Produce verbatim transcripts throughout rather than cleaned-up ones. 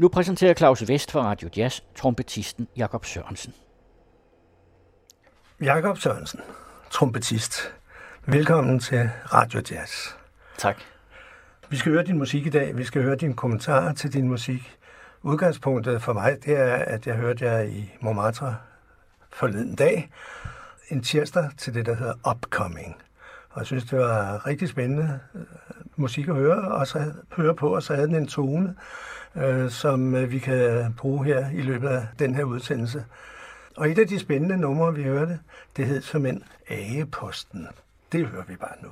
Nu præsenterer Claus Vest fra Radio Jazz trompetisten Jakob Sørensen. Jakob Sørensen, trompetist. Velkommen til Radio Jazz. Tak. Vi skal høre din musik i dag. Vi skal høre dine kommentarer til din musik. Udgangspunktet for mig, det er, at jeg hørte jer i Montmartre forleden dag. En tirsdag til det, der hedder Upcoming. Og jeg synes, det var rigtig spændende musik at høre, og så høre på, og så havde den en tone, øh, som vi kan bruge her i løbet af den her udsendelse. Og et af de spændende numre, vi hørte, det hed som en Ageposten. Det hører vi bare nu.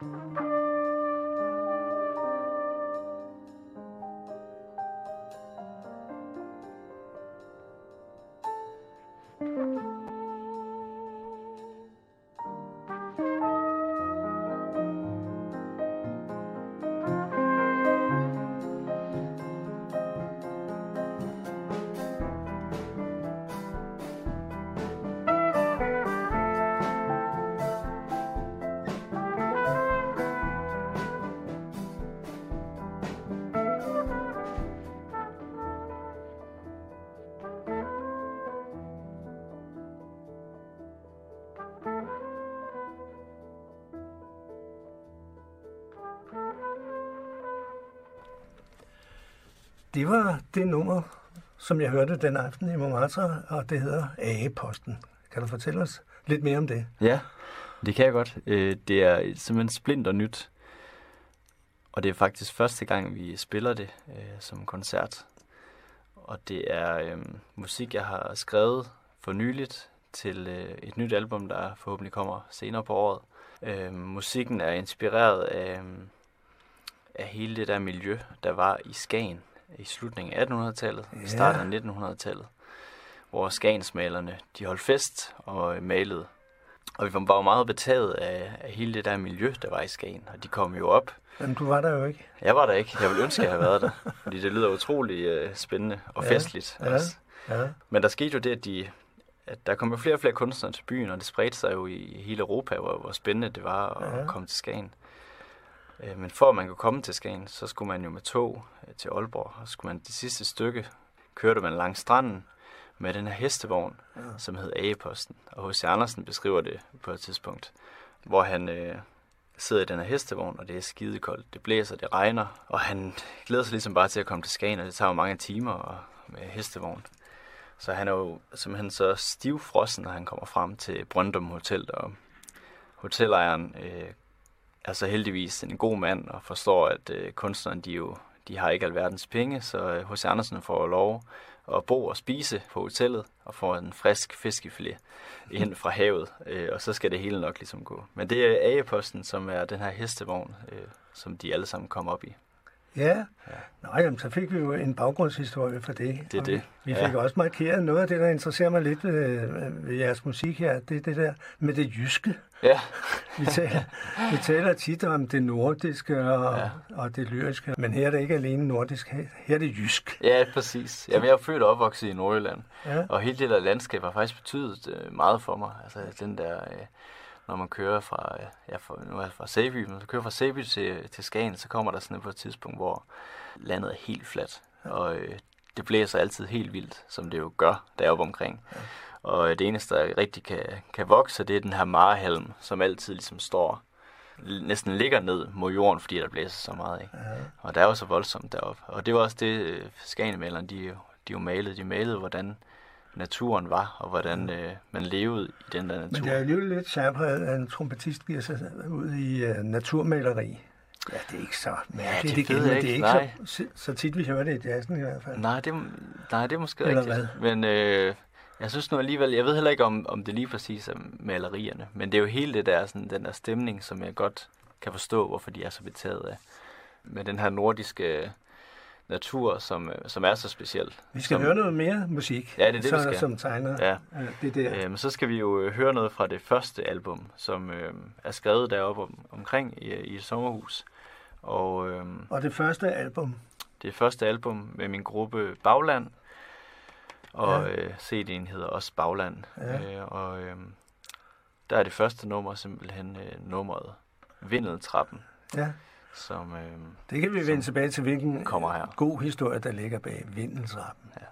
Det var det nummer, som jeg hørte den aften i Montmartre, og det hedder Ageposten. Kan du fortælle os lidt mere om det? Ja, det kan jeg godt. Det er simpelthen splinter nyt, og det er faktisk første gang, vi spiller det som koncert. Og det er øh, musik, jeg har skrevet for nyligt til øh, et nyt album, der forhåbentlig kommer senere på året. Øh, musikken er inspireret af, af hele det der miljø, der var i Skagen i slutningen af attenhundredetallet, yeah. starten af nittenhundredetallet, hvor skagensmalerne, de holdt fest og malede. Og vi var jo meget betaget af, af hele det der miljø, der var i Skagen, og de kom jo op. Men du var der jo ikke. Jeg var der ikke. Jeg ville ønske, at jeg havde været der, fordi det lyder utrolig uh, spændende og ja. festligt ja. også. Ja. Men der skete jo det, at, de, at der kom jo flere og flere kunstnere til byen, og det spredte sig jo i hele Europa, hvor, hvor spændende det var at ja. komme til Skagen. Men for at man kunne komme til Skagen, så skulle man jo med tog til Aalborg, og skulle man det sidste stykke, kørte man langs stranden med den her hestevogn, ja. som hed Ageposten. Og H C Andersen beskriver det på et tidspunkt, hvor han øh, sidder i den her hestevogn, og det er skidekoldt. Det blæser, det regner, og han glæder sig ligesom bare til at komme til Skagen, og det tager jo mange timer og, med hestevogn. Så han er jo simpelthen så stivfrossen, når han kommer frem til Brøndum Hotel, og hotelejeren øh, er så heldigvis en god mand og forstår, at øh, kunstnerne de jo de har ikke alverdens penge, så H C Andersen får lov at bo og spise på hotellet og får en frisk fiskefilet ind fra havet, øh, og så skal det hele nok ligesom gå. Men det er Ageposten, som er den her hestevogn, øh, som de alle sammen kom op i. Ja, ja. Nå, jamen, så fik vi jo en baggrundshistorie for det. Det er det. Vi, vi fik ja. også markeret noget af det, der interesserer mig lidt ved, ved jeres musik her. Det er det der med det jyske. Ja. vi, taler, vi taler tit om det nordiske og, ja. og det lyriske, men her er det ikke alene nordisk, her er det jysk. Ja, præcis. Jamen, jeg er født og opvokset i Nordjylland, ja. og hele det der landskab har faktisk betydet meget for mig. Altså den der... Øh, når man kører fra, ja, fra, nu er jeg fra Sæby, men man kører fra Sæby til, til Skagen, så kommer der sådan på et tidspunkt, hvor landet er helt fladt, og øh, det blæser altid helt vildt, som det jo gør deroppe omkring. Ja. Og øh, det eneste, der rigtig kan, kan vokse, det er den her marehalm, som altid ligesom står, næsten ligger ned mod jorden, fordi der blæser så meget. Ikke? Ja. Og det er jo så voldsomt deroppe. Og det var også det, øh, Skagenmalerne, de, de jo malede. De malede, hvordan naturen var, og hvordan øh, man levede i den der natur. Men det er jo lidt særpræget, at en trompetist giver sig ud i uh, naturmaleri. Ja, det er ikke så mærkeligt. Ja, det, det, det er ikke nej. så, så tit, vi hører det i jazzen i hvert fald. Nej, det, nej, det er måske Eller rigtigt. Hvad? Men øh, jeg synes nu alligevel, jeg ved heller ikke, om, om det lige præcis er malerierne, men det er jo hele det der, sådan, den der stemning, som jeg godt kan forstå, hvorfor de er så betaget af. Med den her nordiske natur, som, som er så speciel. Vi skal som, høre noget mere musik, ja, det er det, så, vi skal. som tegner ja. det der. Øhm, så skal vi jo høre noget fra det første album, som øhm, er skrevet deroppe om, omkring i, i et sommerhus. Og, øhm, og det første album? Det første album med min gruppe Bagland, og ja. øh, C D'en hedder også Bagland. Ja. Øh, og øhm, der er det første nummer simpelthen øh, nummeret Vindeltrappen. Ja. Som, øh, det kan vi vende tilbage til, hvilken kommer her. God historie, der ligger bag Vindeltrappen. Ja.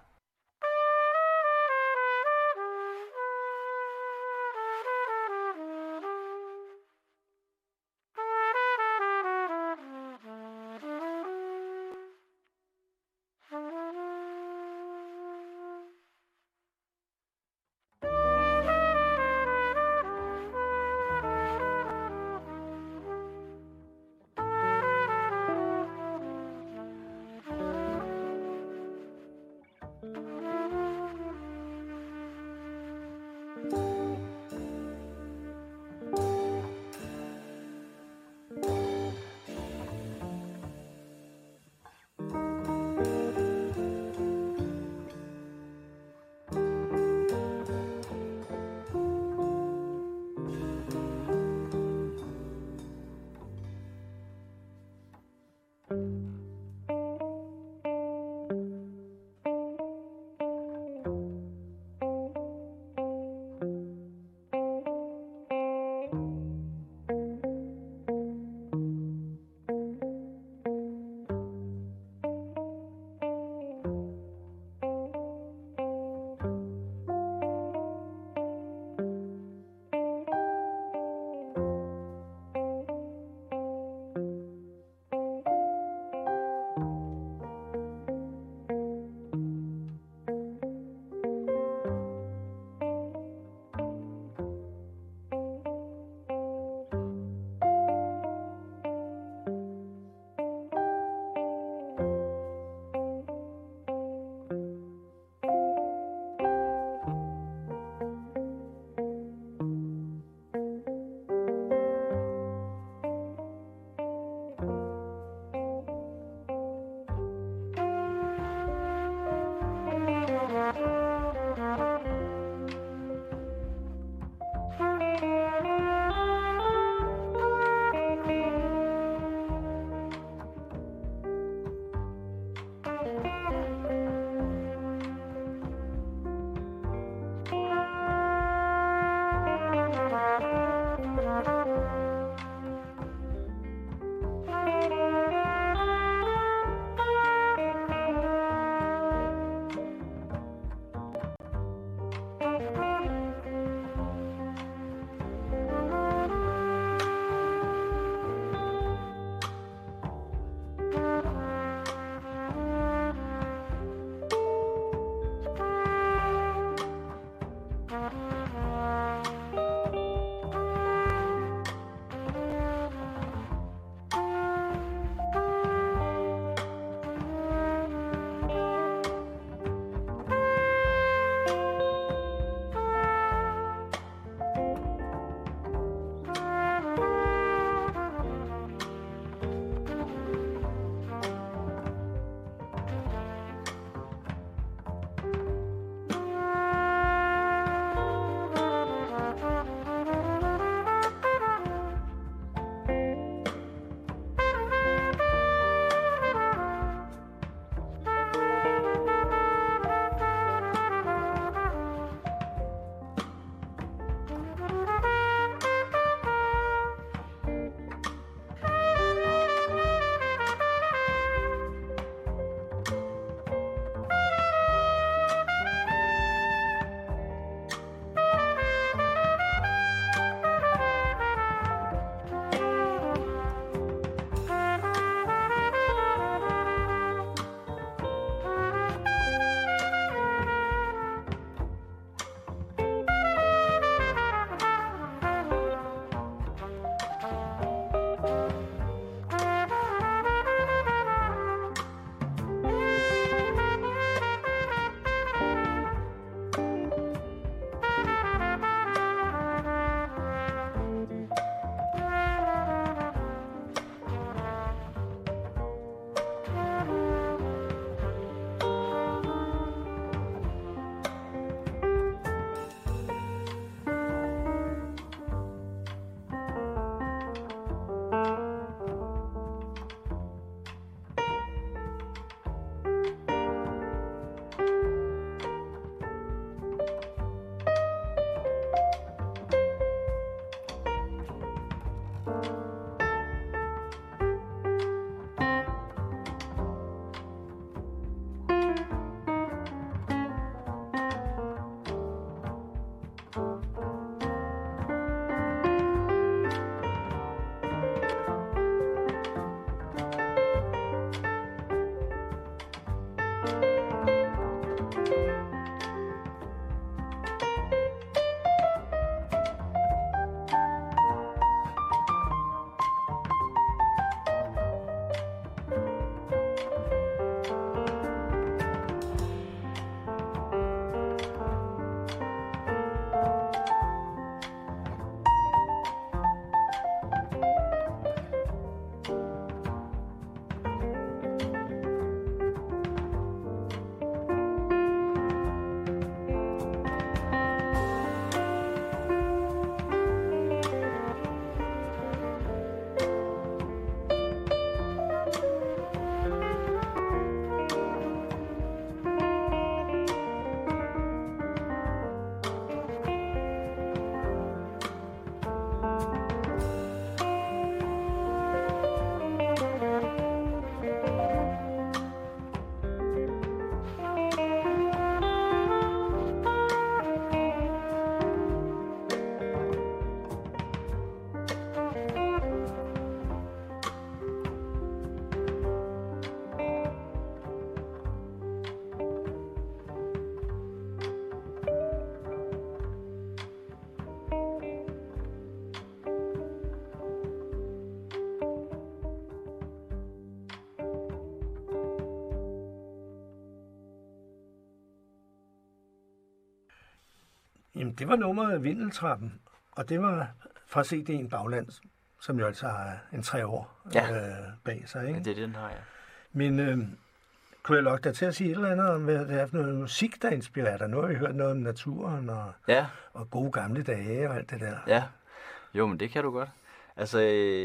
Jamen, det var nummeret Vindeltrappen, og det var fra C D'en Bagland, som jo altså har en tre år ja. øh, bag sig, ikke? Ja, det er det, den har, ja. Men øh, kunne jeg lokke dig til at sige et eller andet om, hvad det er for noget musik, der inspirerer dig? Nu har vi hørt noget om naturen og, ja. og gode gamle dage og alt det der. Ja, jo, men det kan du godt. Altså,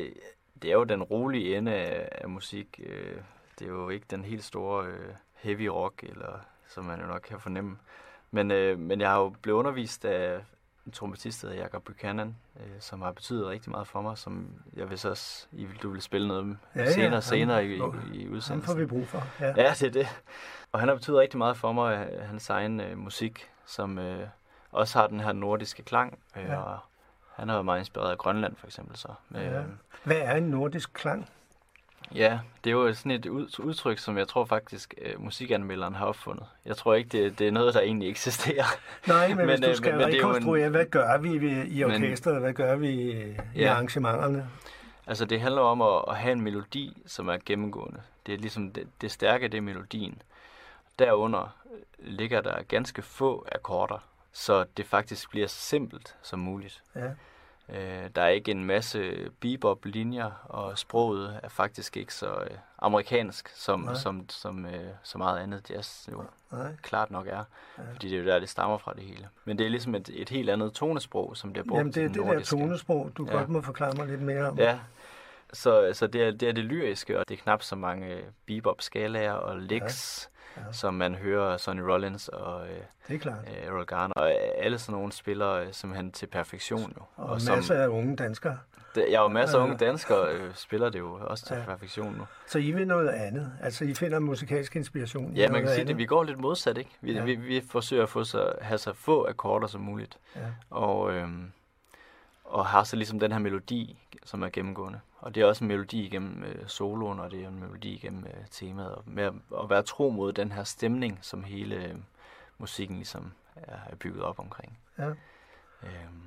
det er jo den rolige ende af, af musik. Det er jo ikke den helt store heavy rock, eller som man jo nok kan fornemme. Men, øh, men jeg har jo blevet undervist af en trompetist, der hedder Jacob Buchanan, øh, som har betydet rigtig meget for mig, som jeg vil så også, I vil, du vil spille noget med ja, senere, ja, senere i, i, i udsendelsen. Han får vi brug for. Ja. ja, det er det. Og han har betydet rigtig meget for mig, hans egen øh, musik, som øh, også har den her nordiske klang. Øh, ja. Og han har været meget inspireret af Grønland, for eksempel. Så. Med, ja. Hvad er en nordisk klang? Ja, det er jo sådan et udtryk, som jeg tror faktisk uh, musikanmelderen har opfundet. Jeg tror ikke, det, det er noget, der egentlig eksisterer. Nej, men, men hvis du skal men, rekonstruere, en... hvad gør vi i orkestret, hvad gør vi i ja. arrangementerne? Altså, det handler om at, at have en melodi, som er gennemgående. Det er ligesom det, det stærke, det er melodien. Derunder ligger der ganske få akkorder, så det faktisk bliver så simpelt som muligt. Ja. Øh, der er ikke en masse bebop-linjer, og sproget er faktisk ikke så øh, amerikansk, som, som, som øh, så meget andet jazz jo Nej. klart nok er. Ja. Fordi det er jo der, det stammer fra det hele. Men det er ligesom et, et helt andet tonesprog, som bliver brugt. Jamen det er det nordiske. Der tonesprog, du ja. godt må forklare mig lidt mere om. Ja, så, så det, er, det er det lyriske, og det er knap så mange bebop-skalaer og licks, ja. Ja. som man hører Sonny Rollins og øh, det er klart. Øh, Errol Garner, og alle sådan nogle spillere øh, simpelthen til perfektion. Jo. Og, og masser som, af unge danskere. Det, ja, og masser af unge danskere øh, spiller det jo også til ja. perfektion nu. Så I vil noget andet? Altså I finder musikalsk inspiration? Ja, man kan sige, det, vi går lidt modsat, ikke? Vi, ja. vi, vi forsøger at få så, have så få akkorder som muligt. Ja. Og, øhm, og har så ligesom den her melodi, som er gennemgående. Og det er også en melodi igennem øh, soloen, og det er en melodi igennem øh, temaet. Og med at, at være tro mod den her stemning, som hele øh, musikken ligesom er, er bygget op omkring. Ja. Øhm,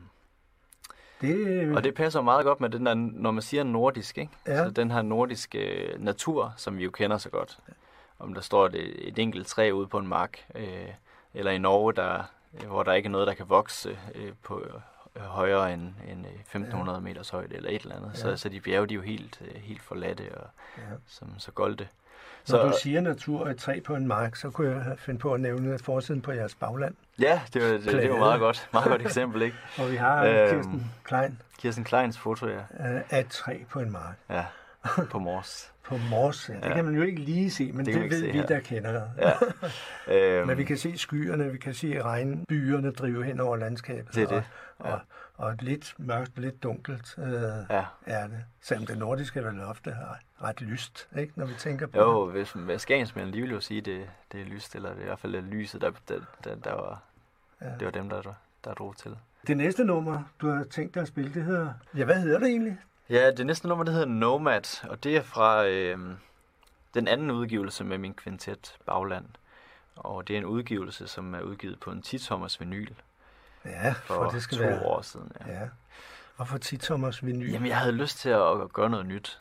det... Og det passer meget godt med den der, når man siger nordisk, ikke? Ja. Så den her nordiske øh, natur, som vi jo kender så godt. Om der står et, et enkelt træ ude på en mark, øh, eller i Norge, der, hvor der ikke er noget, der kan vokse øh, på øh, højere end, end femten hundrede ja. meters højde, eller et eller andet. Ja. Så, så de bjerge, de er jo helt, helt forladte og ja. som så golde. Når så, du siger natur og et træ på en mark, så kunne jeg finde på at nævne forsiden på jeres bagland. Ja, det var, det, det var meget godt. Meget godt eksempel, ikke? Og vi har øhm, Kirsten Klein. Kirsten Kleins foto, ja. Af et træ på en mark. Ja, på Mors. På Mors, ja. Det ja. kan man jo ikke lige se, men det, det ved vi, her. der kender. Ja. øhm, men vi kan se skyerne, vi kan se regnbyerne drive hen over landskabet. Det er det. Og, ja. og, og lidt mørkt, lidt dunkelt øh, ja. er det. Selvom det nordiske er vel ofte ret lyst, ikke, når vi tænker på jo, det. Jo, hvis skagensmænd lige vil jo sige, det, det er lyst, eller det er i hvert fald lyset, der, der, der, der var, ja. det var dem, der, der drog til. Det næste nummer, du har tænkt dig at spille, det hedder... Ja, hvad hedder det egentlig? Ja, det næste nummer, det hedder Nomad, og det er fra øh, den anden udgivelse med min kvintet Bagland. Og det er en udgivelse, som er udgivet på en ti-tommers vinyl. Ja, for, for det skal to være... år siden. Ja. ja. Og for ti-tommers vinyl? Jamen, jeg havde lyst til at gøre noget nyt.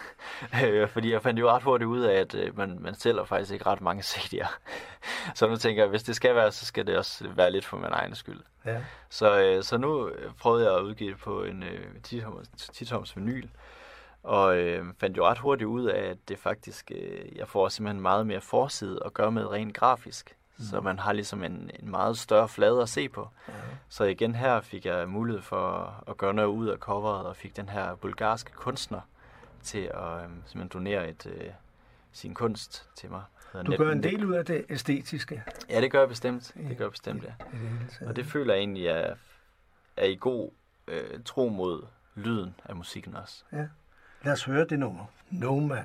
Fordi jeg fandt jo ret hurtigt ud af, at man, man sælger faktisk ikke ret mange C D'er. Så nu tænker jeg, hvis det skal være, så skal det også være lidt for min egen skyld. Ja. Så, så nu prøvede jeg at udgive det på en ti-tommers vinyl. Og øh, fandt jo ret hurtigt ud af, at det faktisk, øh, jeg får simpelthen meget mere forside at gøre med rent grafisk. Mm. Så man har ligesom en, en meget større flade at se på. Ja. Så igen her fik jeg mulighed for at gøre noget ud af coveret, og fik den her bulgarske kunstner til at øh, simpelthen donere et, øh, sin kunst til mig. Du gør en del ud af det æstetiske. Ja, det gør jeg bestemt. Det gør jeg bestemt, ja. Og det føler jeg egentlig er, er i god øh, tro mod lyden af musikken også. Ja. Lad os høre det nummer. Nomad.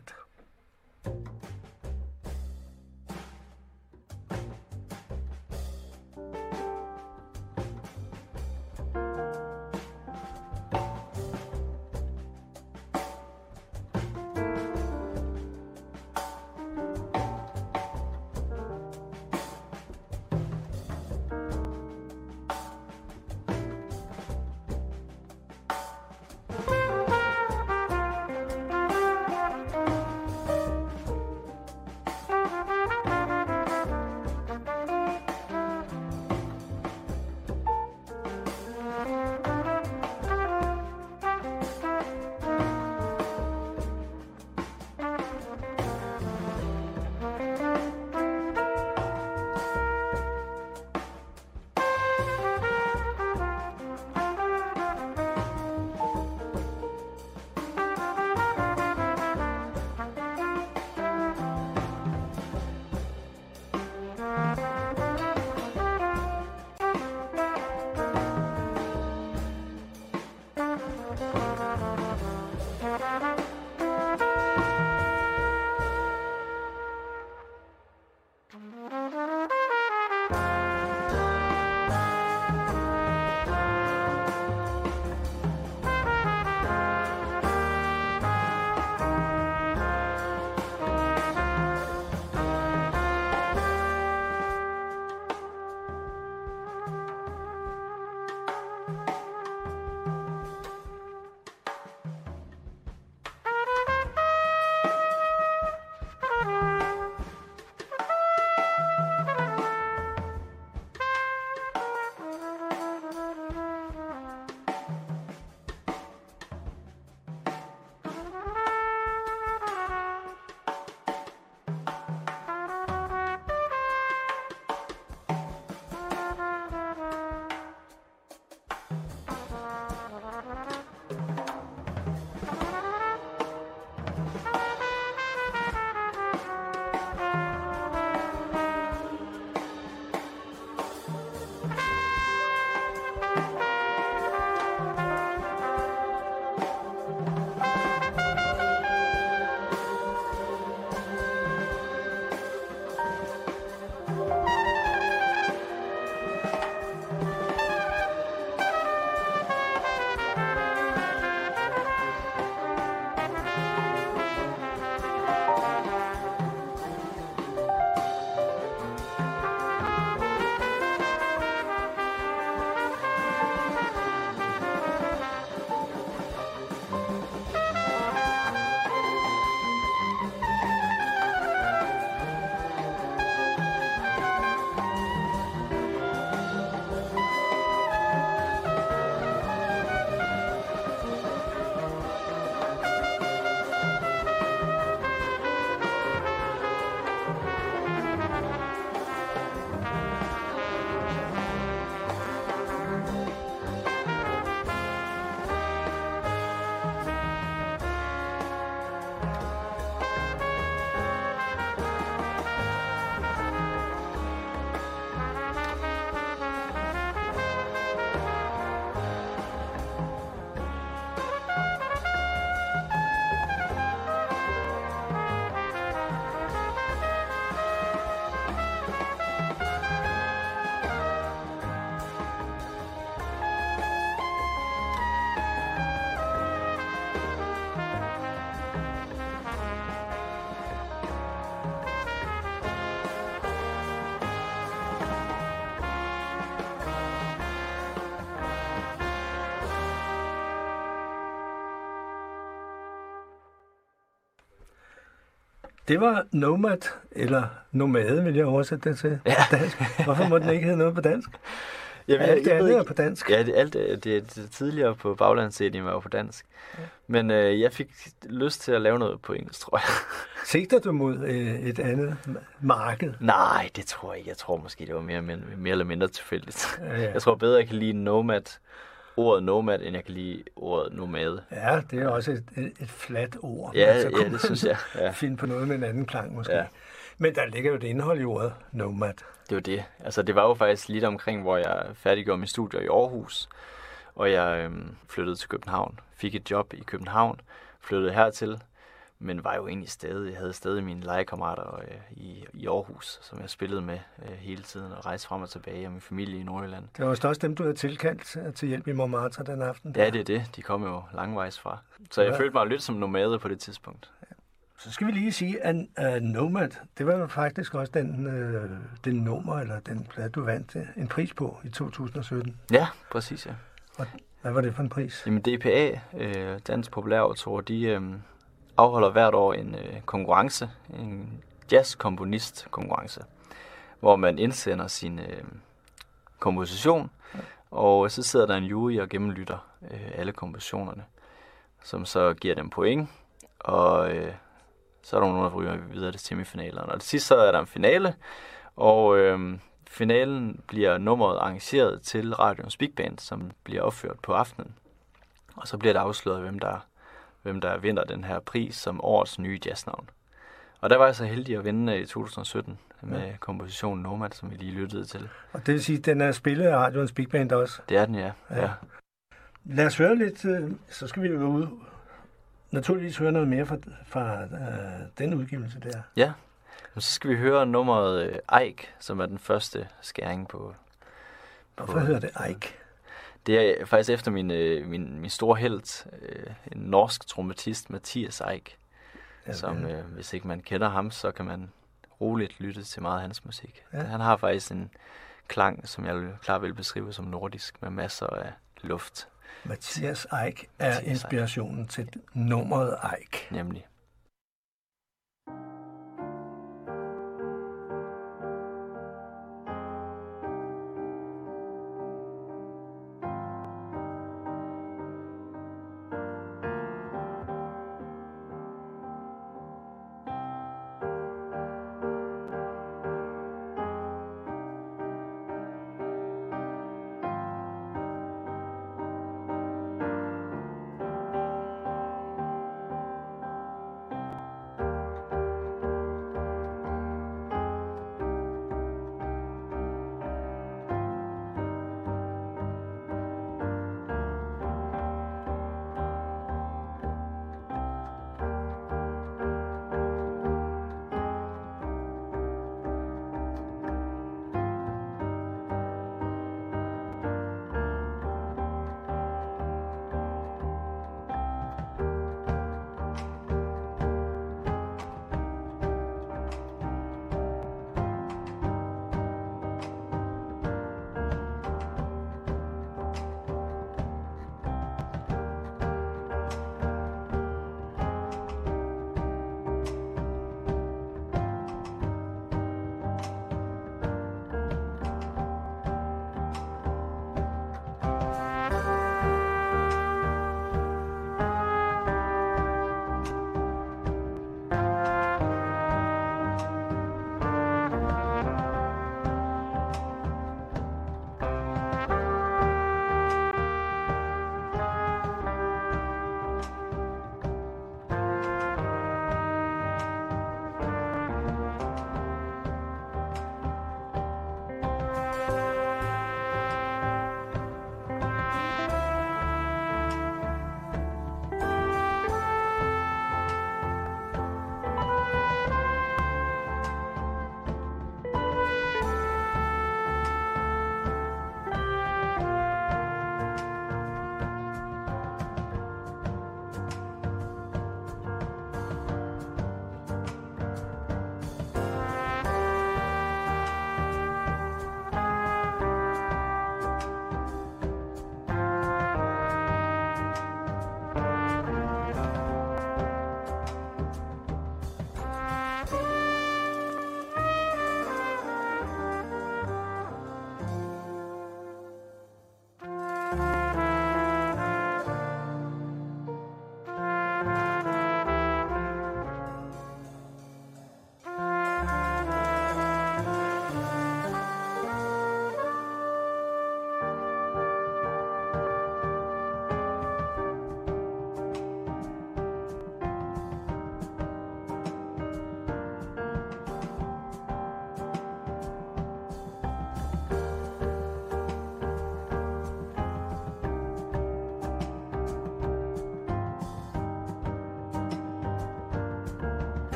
Det var Nomad, eller Nomade, vil jeg oversætte det til ja. dansk. Hvorfor må den ikke hedde noget på dansk? Jeg, jeg, alt det jeg andet ikke. er på dansk. Ja, det, alt det, det, det tidligere på baglands-C D'en var jo på dansk. Ja. Men øh, jeg fik lyst til at lave noget på engelsk, tror jeg. Sigter du mod øh, et andet marked? Nej, det tror jeg ikke. Jeg tror måske, det var mere, mere, mere eller mindre tilfældigt. Ja, ja. Jeg tror bedre, jeg kan lide nomad, ordet nomad, end jeg kan lide ordet nomade. Ja, det er også et, et, et fladt ord. Ja, så ja det synes jeg. Ja. Finde på noget med en anden klang måske. Ja. Men der ligger jo et indhold i ordet nomad. Det var det. Altså, det var jo faktisk lidt omkring, hvor jeg færdiggjorde mine studier i Aarhus, og jeg øhm, flyttede til København. Fik et job i København, flyttede hertil, men var jo egentlig stadig, jeg havde stadig mine legekammerater øh, i, i Aarhus, som jeg spillede med øh, hele tiden, og rejste frem og tilbage, og min familie i Nordjylland. Det var også dem, du havde tilkaldt til hjælp i Montmartre den aften? Ja, det er det. De kom jo langvejs fra. Så jeg ja. følte mig lidt som nomade på det tidspunkt. Ja. Så skal vi lige sige, at uh, Nomad, det var jo faktisk også den, uh, den nummer, eller den plade, du vandt en pris på i to tusind og sytten. Ja, præcis, ja. Og hvad var det for en pris? Jamen D P A, øh, Dansk Populærautor, de øh, afholder hvert år en øh, konkurrence, en jazzkomponist-konkurrence, hvor man indsender sin øh, komposition, ja. Og så sidder der en jury og gennemlytter øh, alle kompositionerne, som så giver dem point, og øh, så er der nogen, der ryger videre til semifinalerne. Og til sidst så er der en finale, og øh, finalen bliver nummeret arrangeret til Radions Big Band, som bliver opført på aftenen. Og så bliver det afsløret, hvem der, hvem der vinder den her pris som årets nye jazznavn. Og der var jeg så heldig at vinde i to tusind og sytten med ja. kompositionen Nomad, som vi lige lyttede til. Og det vil sige, at den er spillet af Radions Big Band også? Det er den, ja. ja. ja. Lad os høre lidt, så skal vi jo ud. Naturligvis høre noget mere fra, fra uh, den udgivelse der. Ja, så skal vi høre nummeret Ike, som er den første skæring på... Hvorfor hedder det Ike? Det er faktisk efter min, min, min store helt, en norsk trompetist, Mathias Ike, ja, som øh, hvis ikke man kender ham, så kan man roligt lytte til meget af hans musik. Ja. Han har faktisk en klang, som jeg klart vil beskrive som nordisk, med masser af luft. Mathias Ike er Mathias inspirationen Ike. Til nummeret Ike. Nemlig.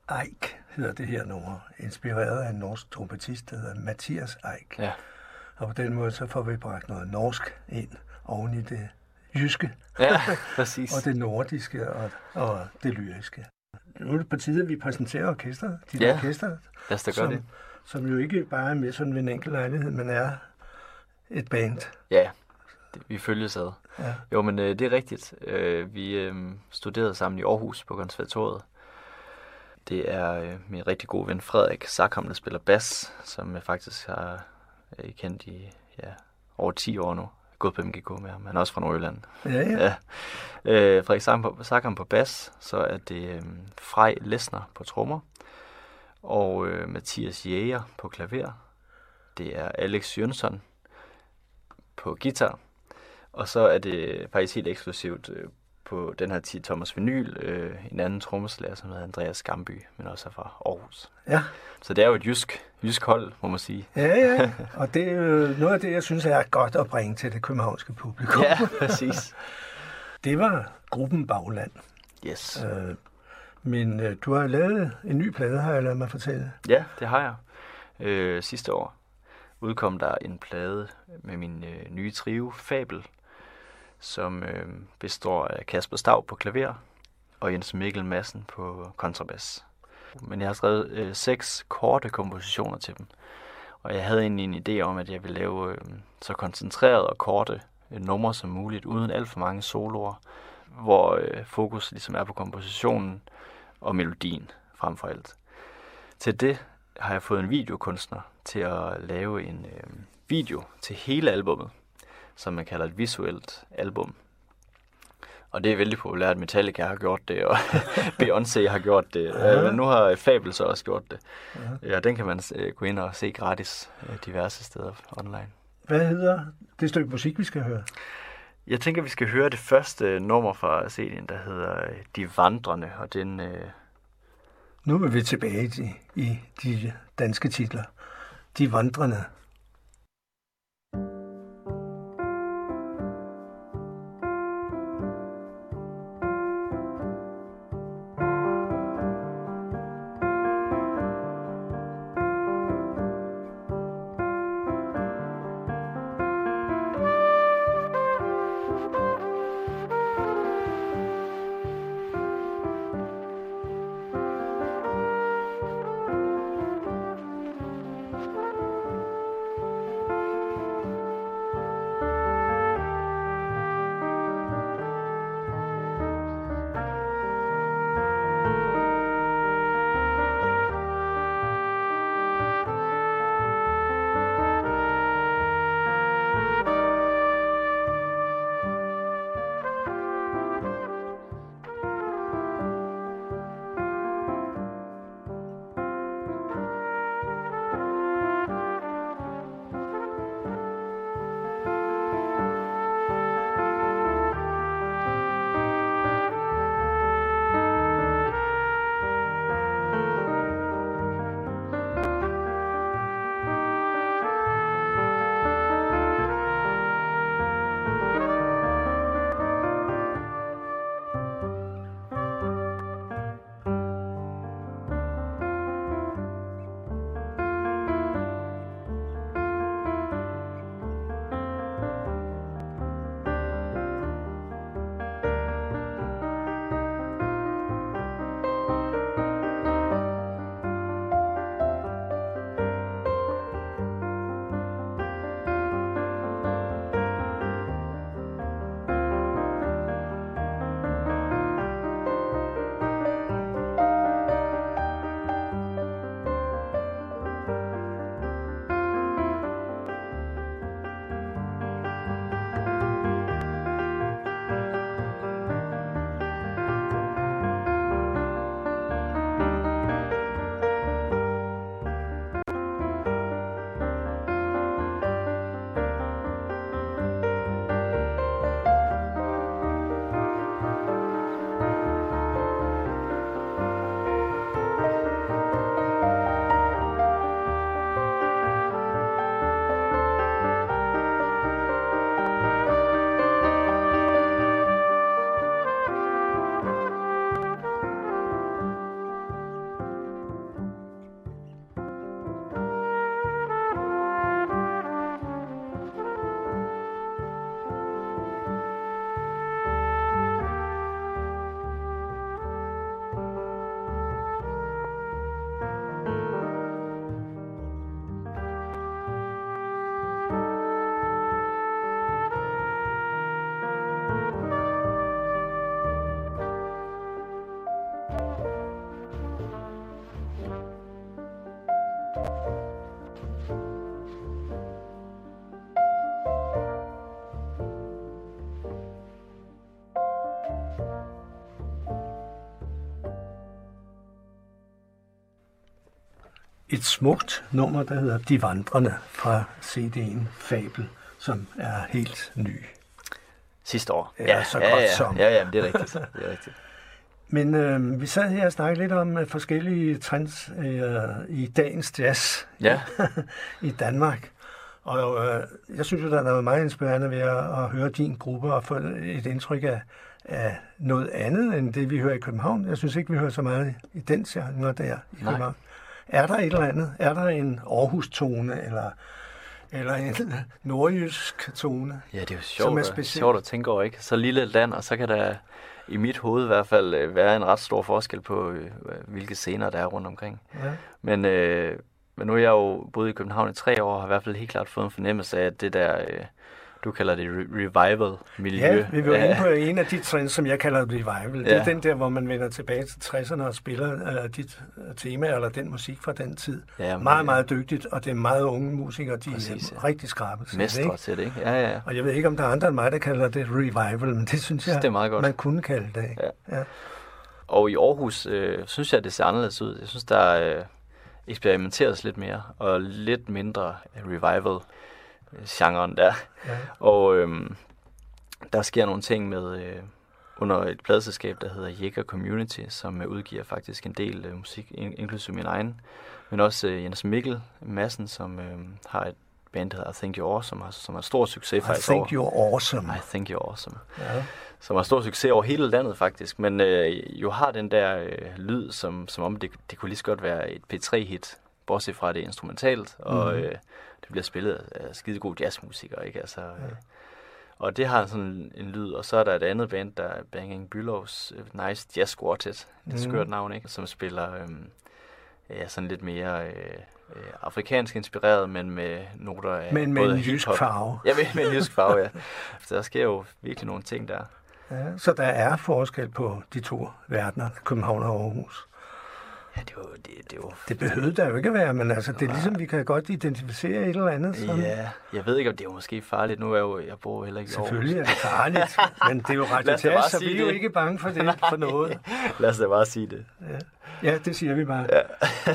Eik hedder det her nummer, inspireret af en norsk trompetist, der hedder Mathias Eik. Ja. Og på den måde så får vi bragt noget norsk ind oven i det jyske. Ja, præcis. Og det nordiske og, og det lyriske. Nu er det på tide, at vi præsenterer orkestret. De ja. orkester, lad os da gøre som, det. Som jo ikke bare er med sådan ved en enkelt lejlighed, men er et band. Ja, det, vi følges ad. Ja. Jo, men øh, det er rigtigt. Øh, vi øh, studerede sammen i Aarhus på konservatoriet. Det er øh, min rigtig gode ven Frederik Sackam, der spiller bas, som jeg faktisk har øh, kendt i ja, over ti år nu. Gået på M G K med ham. Han er også fra Nordjylland. Ja, ja. ja. Øh, Frederik Sackam på bas, så er det øh, Frej Lesner på trommer, og øh, Mathias Jæger på klaver. Det er Alex Jønsson på guitar, og så er det faktisk helt eksklusivt øh, på den her ti Thomas vinyl, øh, en anden trommeslager, som hedder Andreas Skamby, men også er fra Aarhus. Ja. Så det er jo et jysk, jysk hold, må man sige. Ja, ja, og det er jo noget af det, jeg synes er godt at bringe til det københavnske publikum. Ja, præcis. Det var gruppen Bagland. Yes. Øh, men øh, du har lavet en ny plade, har jeg ladet mig fortælle. Ja, det har jeg. Øh, sidste år udkom der en plade med min øh, nye trio, Fabel, som øh, består af Kasper Stav på klaver og Jens Mikkel Madsen på kontrabas. Men jeg har skrevet øh, seks korte kompositioner til dem, og jeg havde egentlig en idé om, at jeg ville lave øh, så koncentrerede og korte øh, numre som muligt, uden alt for mange soloer, hvor øh, fokus ligesom er på kompositionen og melodien frem for alt. Til det har jeg fået en videokunstner til at lave en øh, video til hele albummet, som man kalder et visuelt album. Og det er vældig populært. Metallica har gjort det, og Beyoncé har gjort det. Ja. Men nu har Fabel så også gjort det. Ja, ja, den kan man uh, gå ind og se gratis uh, diverse steder online. Hvad hedder det stykke musik, vi skal høre? Jeg tænker, vi skal høre det første nummer fra C D'en, der hedder De Vandrende, og den... Uh... Nu er vi tilbage i, i de danske titler. De Vandrende. Et smukt nummer, der hedder De Vandrende fra C D'en Fabel, som er helt ny. Sidste år. Ja, ja så ja, godt ja, som. Ja, ja, det er rigtigt. Det er rigtigt. Men øh, vi sad her og snakkede lidt om uh, forskellige trends øh, i dagens jazz ja. i Danmark. Og øh, jeg synes jo, der er noget meget inspirerende ved at, at høre din gruppe og få et indtryk af, af noget andet, end det vi hører i København. Jeg synes ikke, vi hører så meget i den genre der i Nej. København. Er der et eller andet? Er der en Aarhus-tone, eller, eller en nordjysk tone? Ja, det er jo sjovt, er sjovt at tænke over, ikke? Så lille et land, og så kan der i mit hoved i hvert fald være en ret stor forskel på, hvilke scener der er rundt omkring. Ja. Men, øh, men nu er jeg jo boet i København i tre år, og har i hvert fald helt klart fået en fornemmelse af, at det der... Øh, du kalder det re- revival-miljø. Ja, vi var inde på en af de trends, som jeg kalder revival. Det ja. er den der, hvor man vender tilbage til tresserne og spiller uh, dit tema eller den musik fra den tid. Ja, meget, ja. meget dygtigt, og det er meget unge musikere, de Præcis, er ja. rigtig skrabe. Mestre til det, ikke? Ja, ja. Og jeg ved ikke, om der er andre end mig, der kalder det revival, men det synes jeg, det er meget godt. Man kunne kalde det. Ikke? Ja. Ja. Og i Aarhus øh, synes jeg, det ser anderledes ud. Jeg synes, der øh, eksperimenteres lidt mere, og lidt mindre revival genren der. Ja. Og øhm, der sker nogle ting med øh, under et pladeselskab, der hedder Jæger Community, som øh, udgiver faktisk en del øh, musik, in- inklusive min egen. Men også øh, Jens Mikkel Madsen, som øh, har et band, der hedder I Think You're Awesome, som har stor succes faktisk I Think You're Awesome. I Think You're Awesome. Ja. Som har stor succes over hele landet faktisk, men øh, jo har den der øh, lyd, som, som om det, det kunne lige så godt være et P tre hit, bortset fra det er instrumentalt, og øh, det bliver spillet af skide gode jazzmusikere, ikke? Altså, ja. øh, og det har sådan en lyd, og så er der et andet band, der er Banging Bülows uh, Nice Jazz Quartet, det er et skørt navn, ikke? Som spiller øh, ja, sådan lidt mere øh, øh, afrikansk inspireret, men med noter af men med både en hip-hop. jysk farve. Ja, med, med en jysk farve, ja. Så der sker jo virkelig nogle ting der. Ja, så der er forskel på de to verdener, København og Aarhus. Ja, det er jo... Det, det, er jo, det behøvede der jo ikke at være, men altså, det er ligesom, vi kan godt identificere et eller andet. Sådan. Ja, jeg ved ikke, om det er jo måske farligt. Nu er jeg jo, jeg bor heller ikke i Aarhus. Selvfølgelig er det farligt, men det er jo Radio Jazz, så vi er jo det. ikke bange for det, for noget. Lad os da bare sige det. Ja, ja det siger vi bare. Ja.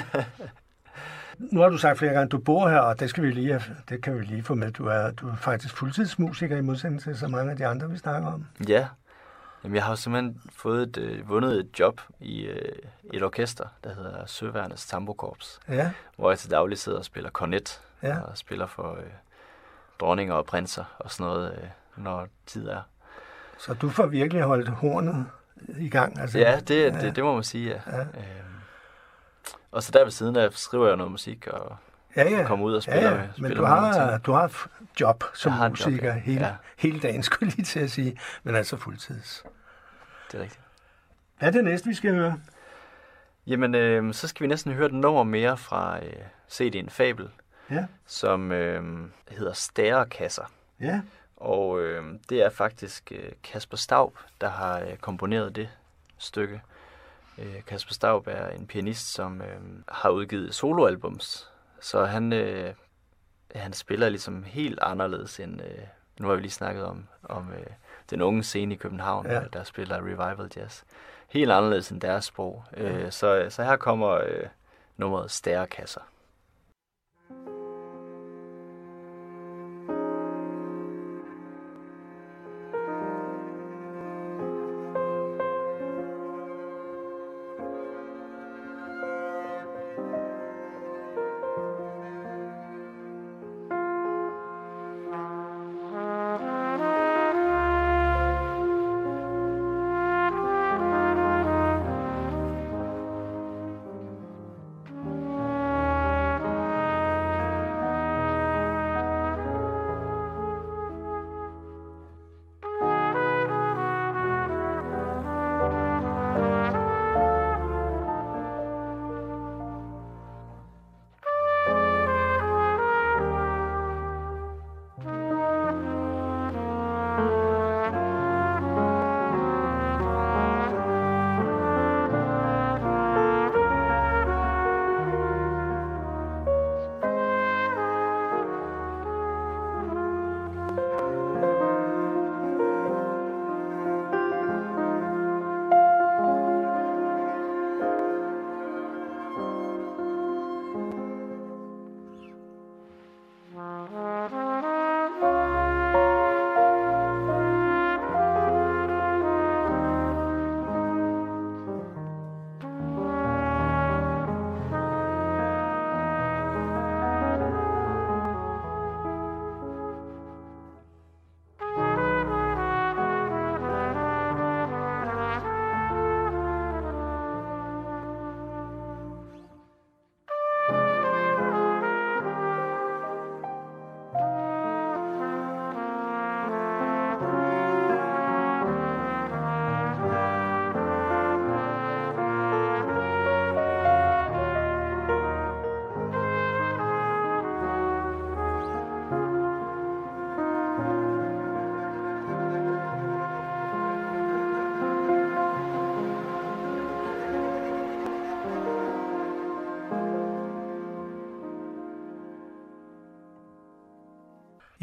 Nu har du sagt flere gange, at du bor her, og det, skal vi lige, det kan vi lige få med. Du er, du er faktisk fuldtidsmusiker i modsætning til så mange af de andre, vi snakker om. Ja. Jamen, jeg har jo simpelthen fået et, øh, vundet et job i øh, et orkester, der hedder Søværnets Tambokorps, ja. hvor jeg til daglig sidder og spiller kornet, ja. og spiller for øh, dronninger og prinser og sådan noget, øh, når tid er. Så du får virkelig holdt hornet i gang? Altså, ja, det, ja. Det, det må man sige, ja. ja. Øhm, og så der ved siden af skriver jeg noget musik og ja, ja. kommer ud og spiller. Ja, ja. Men du har, du har job som musiker job, ja. hele, ja. hele dagen, skulle jeg lige til at sige, men altså fuldtids. Det er rigtigt. Hvad er det næste, vi skal høre? Jamen, øh, så skal vi næsten høre et nummer mere fra øh, C D'en Fabel, ja. som øh, hedder Stærekasser. Ja. Og øh, det er faktisk øh, Kasper Staub, der har øh, komponeret det stykke. Øh, Kasper Staub er en pianist, som øh, har udgivet soloalbums, så han, øh, han spiller ligesom helt anderledes end, øh, nu har vi lige snakket om, om øh, den unge scene i København, ja. der spiller revival jazz. Helt anderledes end deres sprog. Ja. Øh, så, så her kommer øh, nummeret Stærekasser.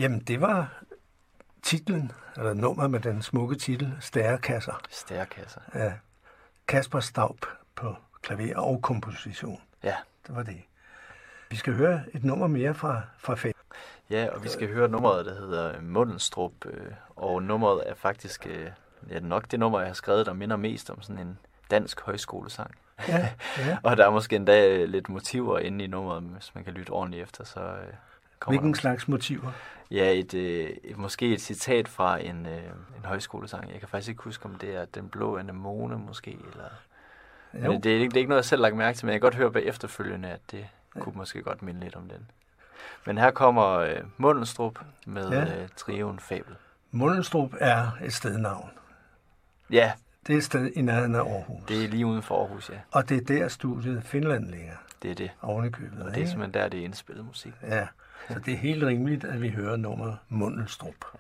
Jamen, det var titlen, eller nummeret med den smukke titel, Stærekasser. Stærekasser. Ja. Kasper Staup på klaver og komposition. Ja. Det var det. Vi skal høre et nummer mere fra, fra Fabel. Ja, og vi skal høre nummeret, der hedder Mundelstrup, og nummeret er faktisk ja, nok det nummer, jeg har skrevet, der minder mest om sådan en dansk højskolesang. Ja, ja. Og der er måske endda lidt motiver inde i nummeret, hvis man kan lytte ordentligt efter, så øh, kommer Hvilken der... slags motiver? Ja, et, øh, et, måske et citat fra en, øh, en højskolesang. Jeg kan faktisk ikke huske, om det er Den blå anemone måske, eller... Men det, det, er ikke, det er ikke noget, jeg selv har lagt mærke til, men jeg kan godt høre bag efterfølgende, at det ja. kunne måske godt minde lidt om den. Men her kommer øh, Mundelstrup med ja. øh, trioen Fabel. Mundelstrup er et stednavn. Ja. Det er et sted i nærheden af Aarhus. Det er lige uden for Aarhus, ja. Og det er der studiet Finland ligger. Det er det. Oven i købet. Og det er simpelthen der, det er indspillet musik. Ja, så det er helt rimeligt, at vi hører nummeret Mundelstrup. Ja.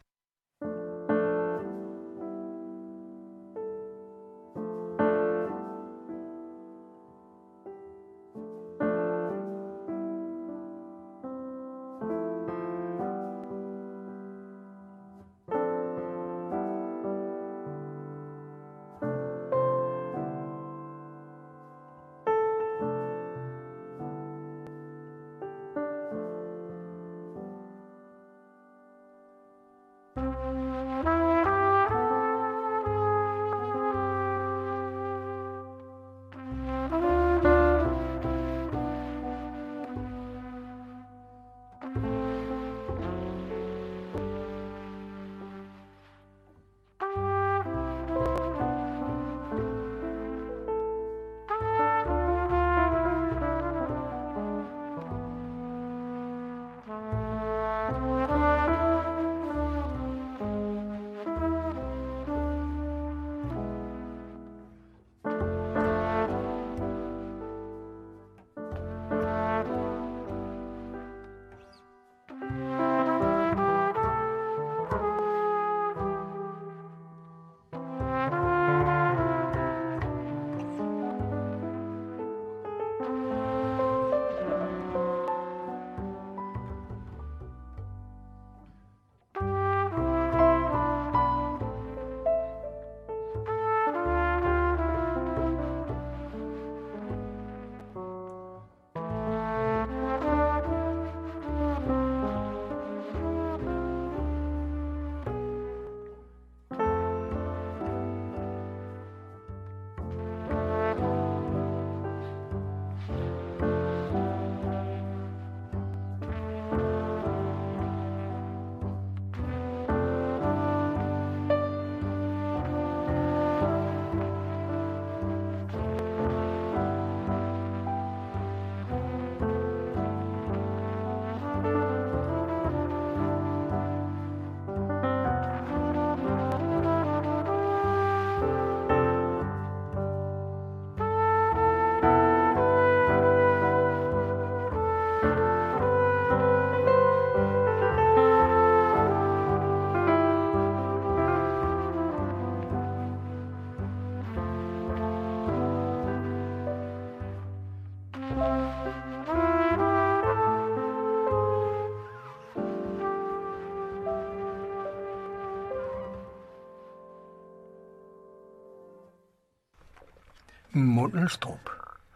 Mundelstrup.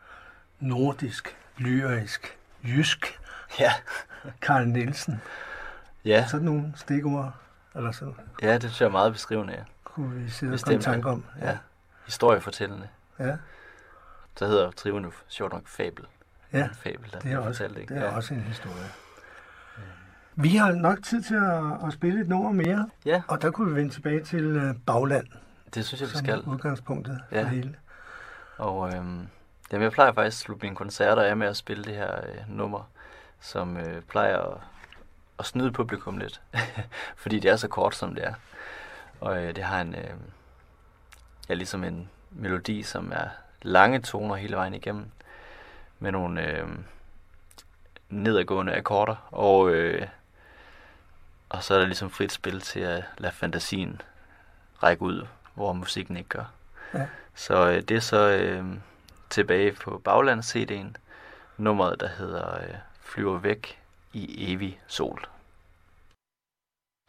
Nordisk, lyrisk, jysk. Ja. Carl Nielsen. Ja. Sådan nogle stikord. Eller sådan. Ja, det synes jeg er meget beskrivende, ja. Kunne vi sidde og komme tanke om. Ja. ja. Historiefortællende. Ja. Så hedder trioen jo sjovt nok Fabel. Ja, Fabel, der det er, også, fortalt, ikke? det er ja. også en historie. Vi har nok tid til at, at spille et nummer mere. Ja. Og der kunne vi vende tilbage til uh, Bagland. Det synes jeg, vi som skal. udgangspunktet ja. for hele. Og øhm, jamen, jeg plejer faktisk at slutte mine koncerter af med at spille det her øh, nummer, som øh, plejer at, at snyde publikum lidt. Fordi det er så kort, som det er. Og øh, det har en, øh, ja, ligesom en melodi, som er lange toner hele vejen igennem. Med nogle øh, nedadgående akkorder. Og, øh, og så er der ligesom frit spil til at lade fantasien række ud, hvor musikken ikke gør. Ja. Så øh, det er så øh, tilbage på Baglands C D'en, nummeret der hedder øh, Flyver væk i evig sol.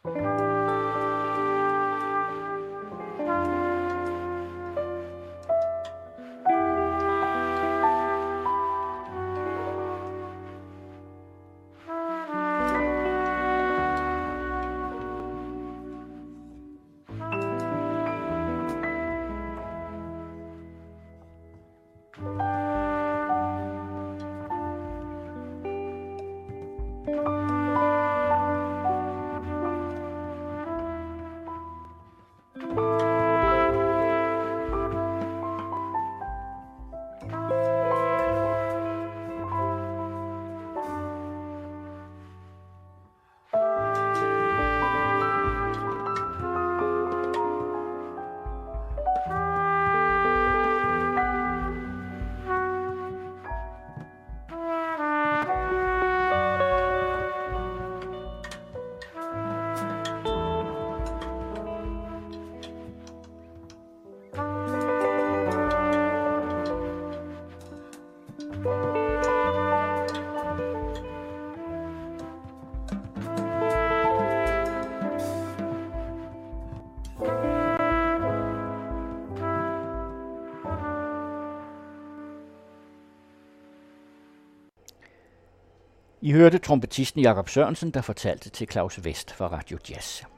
I hørte trompetisten Jakob Sørensen, der fortalte til Claus West fra Radio Jazz.